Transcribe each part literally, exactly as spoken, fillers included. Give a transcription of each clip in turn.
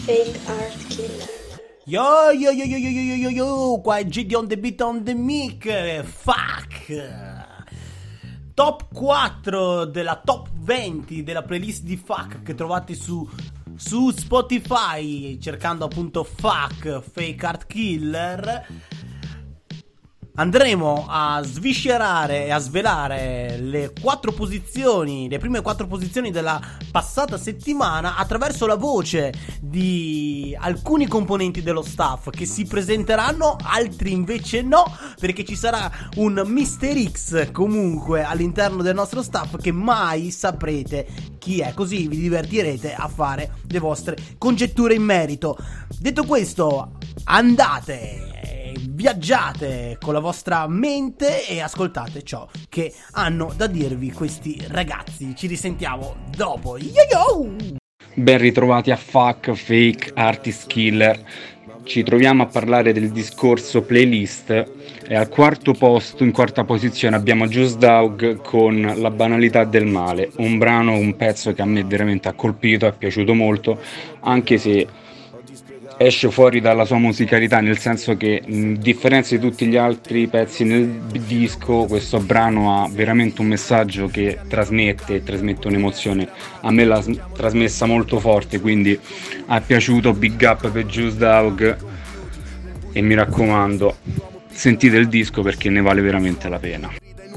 Fake Art Killer. Yo yo yo yo yo yo yo yo, qua è G D on the beat on the mic. Fuck. Top quattro della top venti della playlist di Fuck che trovate su su Spotify cercando appunto Fuck Fake Art Killer. Andremo a sviscerare e a svelare le quattro posizioni, le prime quattro posizioni della passata settimana attraverso la voce di alcuni componenti dello staff che si presenteranno, altri invece no, perché ci sarà un mister X comunque all'interno del nostro staff che mai saprete chi è, così vi divertirete a fare le vostre congetture in merito. Detto questo, andate, viaggiate con la vostra mente e ascoltate ciò che hanno da dirvi questi ragazzi. Ci risentiamo dopo. Yo yo! Ben ritrovati a Fuck Fake Artist Killer. Ci troviamo a parlare del discorso playlist e al quarto posto, in quarta posizione, abbiamo Juice Dawg con La banalità del male, un brano, un pezzo che a me veramente ha colpito, è piaciuto molto, anche se esce fuori dalla sua musicalità, nel senso che a differenza di tutti gli altri pezzi nel disco, questo brano ha veramente un messaggio che trasmette, trasmette un'emozione. A me l'ha trasmessa molto forte, quindi è piaciuto. Big up per Juice Dawg e mi raccomando, sentite il disco perché ne vale veramente la pena.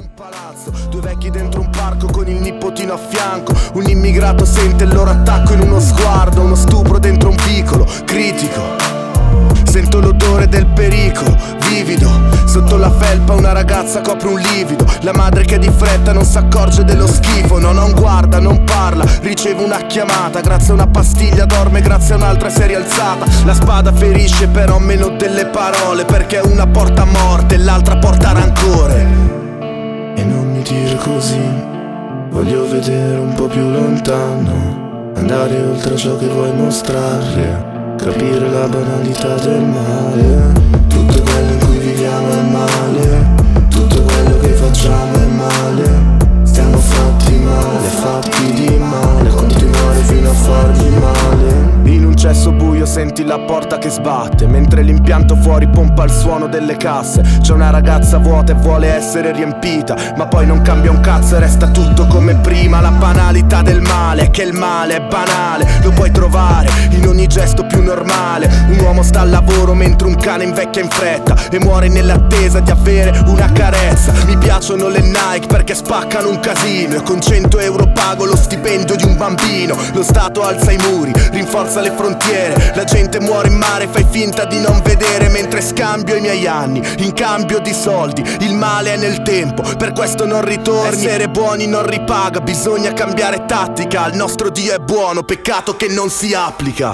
Due vecchi dentro un parco con il nipotino a fianco. Un immigrato sente il loro attacco in uno sguardo. Uno stupro dentro un vicolo critico. Sento l'odore del pericolo, vivido. Sotto la felpa una ragazza copre un livido. La madre che di fretta non s'accorge dello schifo. No, non guarda, non parla, riceve una chiamata. Grazie a una pastiglia dorme, grazie a un'altra si è rialzata. La spada ferisce però meno delle parole, perché una porta a morte e l'altra porta rancore. E non mi dire così, voglio vedere un po' più lontano, andare oltre ciò che vuoi mostrare, capire la banalità del male. Tutto quello in cui viviamo è male, tutto quello che facciamo è male. Stiamo fatti male, fatti di male, continuare fino a fargli male. In un cesso buio senti la porta che sbatte, mentre l'impianto fuori pompa il suono delle casse. C'è una ragazza vuota e vuole essere riempita, ma poi non cambia un cazzo e resta tutto come prima. La banalità del male è che il male è banale, lo puoi trovare in ogni gesto più normale. Un uomo sta al lavoro mentre un cane invecchia in fretta e muore nell'attesa di avere una carezza. Mi piacciono le Nike perché spaccano un casino e con cento euro pago lo stipendio di un bambino. Lo Stato alza i muri, rinforza le frontiere, la gente muore in mare, fai finta di non vedere, mentre scambio i miei anni in cambio di soldi. Il male è nel tempo, per questo non ritorni. Essere buoni non ripaga, bisogna cambiare tattica. Il nostro Dio è buono, peccato che non si applica.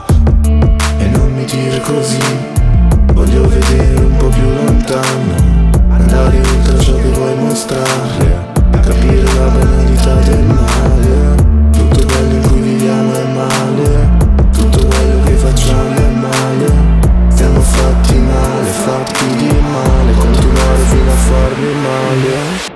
E non mi dire così, voglio vedere un po' più lontano, andare oltre ciò che vuoi mostrare, capire la banalità del male. Tutto quello in cui viviamo è male, tutto quello che facciamo è male. Stiamo fatti male, fatti di male, continuare fino a farvi male.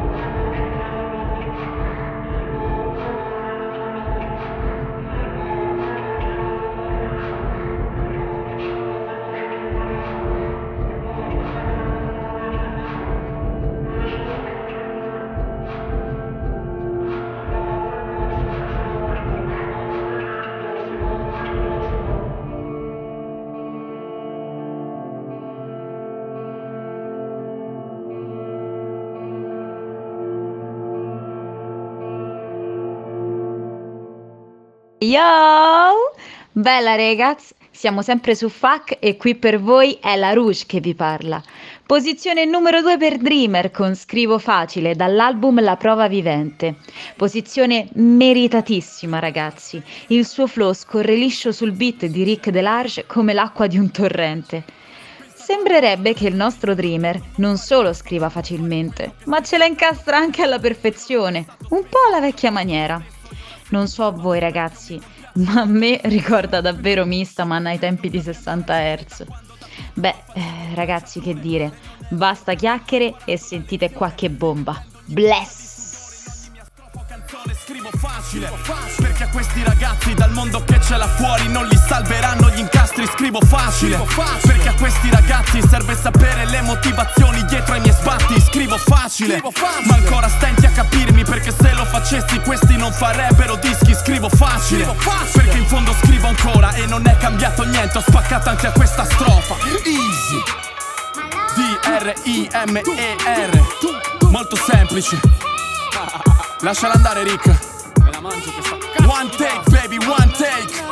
Yo! Bella ragazzi, siamo sempre su Fuck e qui per voi è la Rouge che vi parla. Posizione numero due per Dreamer con Scrivo Facile dall'album La Prova Vivente. Posizione meritatissima ragazzi, il suo flow scorre liscio sul beat di Rick Delarge come l'acqua di un torrente. Sembrerebbe che il nostro Dreamer non solo scriva facilmente, ma ce la incastra anche alla perfezione, un po' alla vecchia maniera. Non so a voi ragazzi, ma a me ricorda davvero Mistaman ai tempi di sessanta hertz. Beh, eh, ragazzi, che dire, basta chiacchiere e sentite qua che bomba. Bless! Scrivo facile, perché a questi ragazzi dal mondo che c'è là fuori non li salveranno gli scrivo facile, scrivo facile. Perché a questi ragazzi serve sapere le motivazioni dietro ai miei sbatti. Scrivo facile, scrivo facile. Ma ancora stenti a capirmi, perché se lo facessi questi non farebbero dischi. Scrivo facile, scrivo facile. Perché in fondo scrivo ancora e non è cambiato niente. Ho spaccato anche a questa strofa. Easy D R I M E R, molto semplice. Lasciala andare, Rick. Me la mangio questa. One take, baby, one take.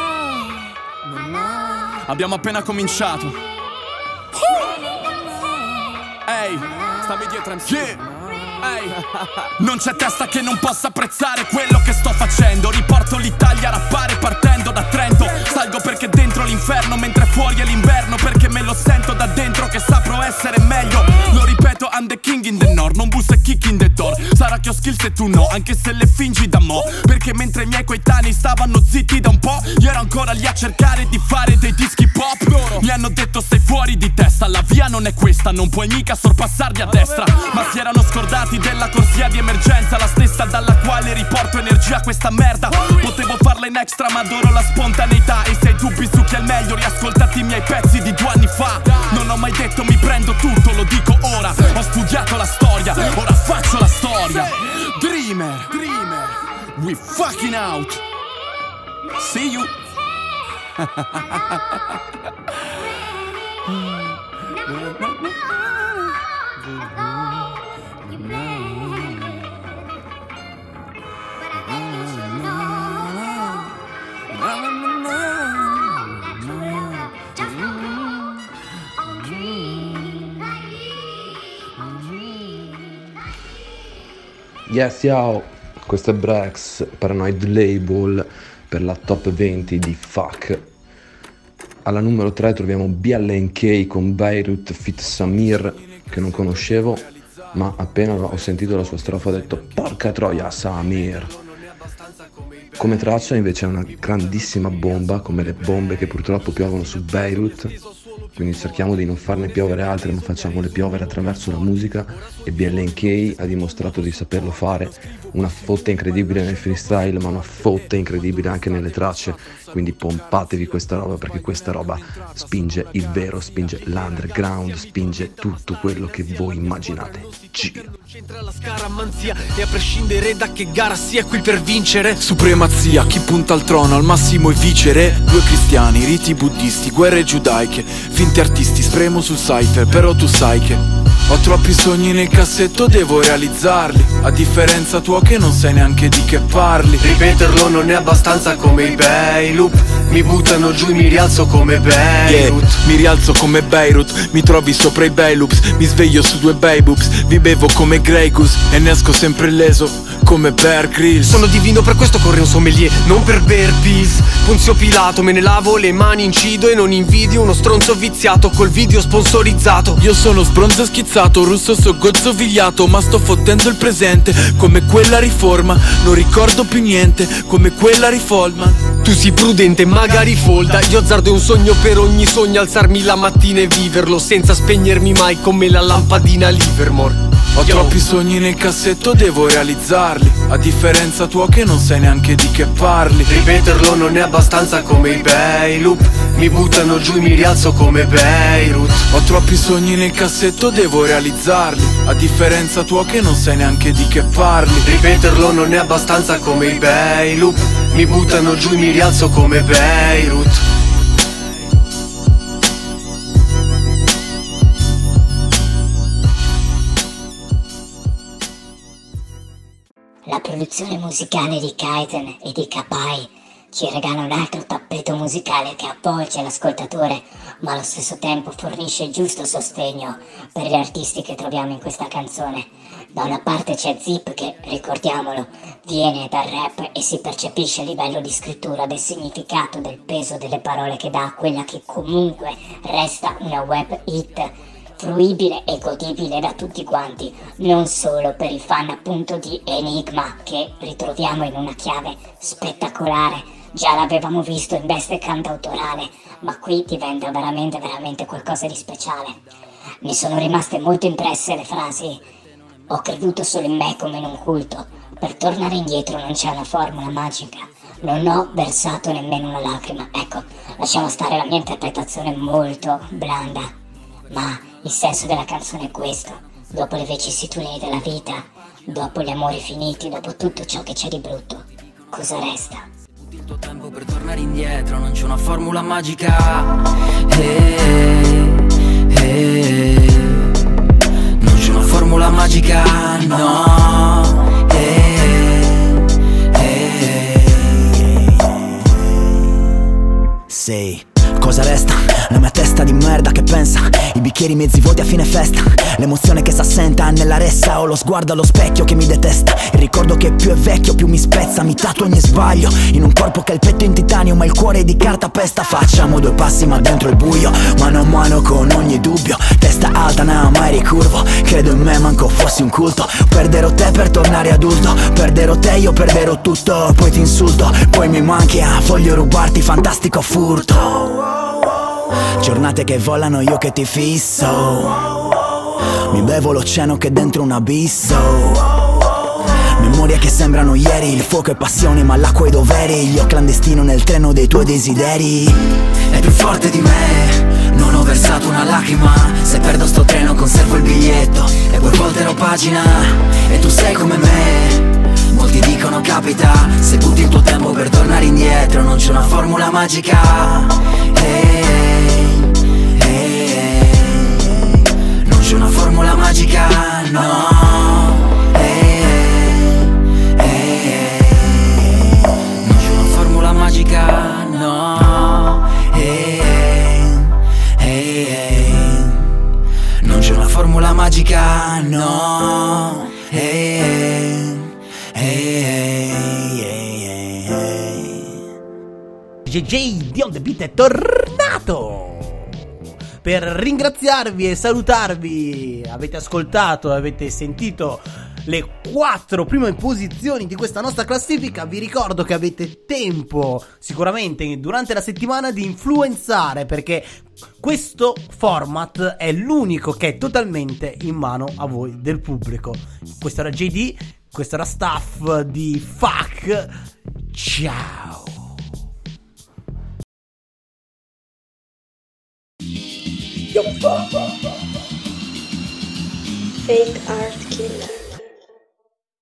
Abbiamo appena cominciato. Ehi, hey, stammi dietro M C. Yeah. Ehi, hey. Non c'è testa che non possa apprezzare quello che sto facendo. Riporto l'Italia a rappare partendo da Trento. Salgo perché dentro l'inferno, mentre fuori è l'inverno. Perché me lo sento da dentro che saprò essere meglio. Lo ripeto, I'm the king in the north, non bussa e kick in the door. Sarà che ho skills e tu no, anche se le fingi da mo'. Perché mentre i miei coetanei stavano zitti da un po', io ero ancora lì a cercare di fare dei dischi pop. Loro mi hanno detto sei fuori di testa, la via non è questa, non puoi mica sorpassarli a destra. Ma si erano scordati della corsia di emergenza, la stessa dalla quale riporto energia a questa merda. Potevo farla in extra ma adoro la spontaneità. E se hai dubbi su chi è il meglio, riascoltati i miei pezzi di due anni fa. Non ho mai detto mi prendo tutto, lo dico ora. Ho studiato la storia, ora faccio la storia. Dreamer, Dreamer, we fucking out. See you. Yes, yo, questo è Brex, Paranoid Label per la top venti di Fuck. Alla numero tre troviamo B L N K con Beirut Fit Samir, che non conoscevo, ma appena ho sentito la sua strofa ho detto porca troia Samir. Come traccia invece è una grandissima bomba, come le bombe che purtroppo piovono su Beirut, quindi cerchiamo di non farne piovere altre ma facciamole piovere attraverso la musica, e B L N K ha dimostrato di saperlo fare. Una fotta incredibile nel freestyle ma una fotta incredibile anche nelle tracce, quindi pompatevi questa roba perché questa roba spinge il vero, spinge l'underground, spinge tutto quello che voi immaginate. Gira. C'entra la scaramanzia e a prescindere da che gara sia qui per vincere. Supremazia, chi punta al trono al massimo è vicere. Due cristiani, riti buddisti, guerre giudaiche, finti artisti, spremo sul cypher, però tu sai che ho troppi sogni nel cassetto, devo realizzarli. A differenza tua che non sai neanche di che parli. Ripeterlo non è abbastanza come i bei loop. Mi buttano giù e mi rialzo come Beirut. Yeah, mi rialzo come Beirut, mi trovi sopra i bei loops. Mi sveglio su due bei boobs, vi bevo come Grey Goose e ne esco sempre illeso come Bear Grylls. Sono divino, per questo corre un sommelier, non per Bear-Peas. Ponzio Pilato, me ne lavo le mani, incido e non invidio uno stronzo viziato col video sponsorizzato. Io sono sbronzo schizzato, russo so gozzo vigliato, ma sto fottendo il presente come quella riforma. Non ricordo più niente come quella riforma. Tu sii prudente, magari folda. Io azzardo un sogno per ogni sogno, alzarmi la mattina e viverlo senza spegnermi mai come la lampadina Livermore. Ho Yo. troppi sogni nel cassetto, devo realizzarli. A differenza tua che non sai neanche di che parli. Ripeterlo non è abbastanza come i bei loop. Mi buttano giù e mi rialzo come Beirut. Ho troppi sogni nel cassetto, devo realizzarli. A differenza tua che non sai neanche di che parli. Ripeterlo non è abbastanza come i bei loop. Mi buttano giù e mi rialzo come Beirut. La produzione musicale di Kaiten e di Kapai ci regala un altro tappeto musicale che avvolge l'ascoltatore, ma allo stesso tempo fornisce il giusto sostegno per gli artisti che troviamo in questa canzone. Da una parte c'è Zip che, ricordiamolo, viene dal rap e si percepisce a livello di scrittura del significato, del peso delle parole che dà a quella che comunque resta una web hit, fruibile e godibile da tutti quanti, non solo per i fan appunto di Enigma, che ritroviamo in una chiave spettacolare. Già l'avevamo visto in veste cantautorale, ma qui diventa veramente veramente qualcosa di speciale. Mi sono rimaste molto impresse le frasi: ho creduto solo in me come in un culto, per tornare indietro non c'è una formula magica, non ho versato nemmeno una lacrima. Ecco, lasciamo stare la mia interpretazione molto blanda, ma il senso della canzone è questo: dopo le vicissitudini della vita, dopo gli amori finiti, dopo tutto ciò che c'è di brutto, cosa resta? Il tuo tempo per tornare indietro, non c'è una formula magica. Eh, eh, non c'è una formula magica, no. Eh, eh, Sei, cosa resta? La mia testa di merda che pensa, i bicchieri mezzi vuoti a fine festa, l'emozione che s'assenta nella ressa, o lo sguardo allo specchio che mi detesta, il ricordo che più è vecchio più mi spezza, mi tatuo ogni sbaglio, in un corpo che è il petto in titanio ma il cuore è di carta pesta. Facciamo due passi ma dentro il buio, mano a mano con ogni dubbio, testa alta no mai ricurvo, credo in me manco fossi un culto, perderò te per tornare adulto, perderò te io perderò tutto, poi ti insulto, poi mi manchi, ah, voglio rubarti fantastico furto. Giornate che volano io che ti fisso, mi bevo l'oceano che è dentro un abisso, memorie che sembrano ieri, il fuoco è passione ma l'acqua è doveri, io clandestino nel treno dei tuoi desideri. è più forte di me, non ho versato una lacrima, se perdo sto treno conservo il biglietto e poi volterò pagina, e tu sei come me, molti dicono capita, se butti il tuo tempo per tornare indietro, non c'è una formula magica. Hey, hey, hey, non c'è una formula magica, no. Hey, hey, hey, non c'è una formula magica, no. Hey, hey, hey, non c'è una formula magica, no. Hey, hey, hey, hey, hey. J J di On The Beat è tornato per ringraziarvi e salutarvi. Avete ascoltato, avete sentito le quattro prime posizioni di questa nostra classifica. Vi ricordo che avete tempo sicuramente durante la settimana di influenzare, perché questo format è l'unico che è totalmente in mano a voi del pubblico. Questo era J D, questo era Staff di Fuck. Ciao. Fake Art Killer.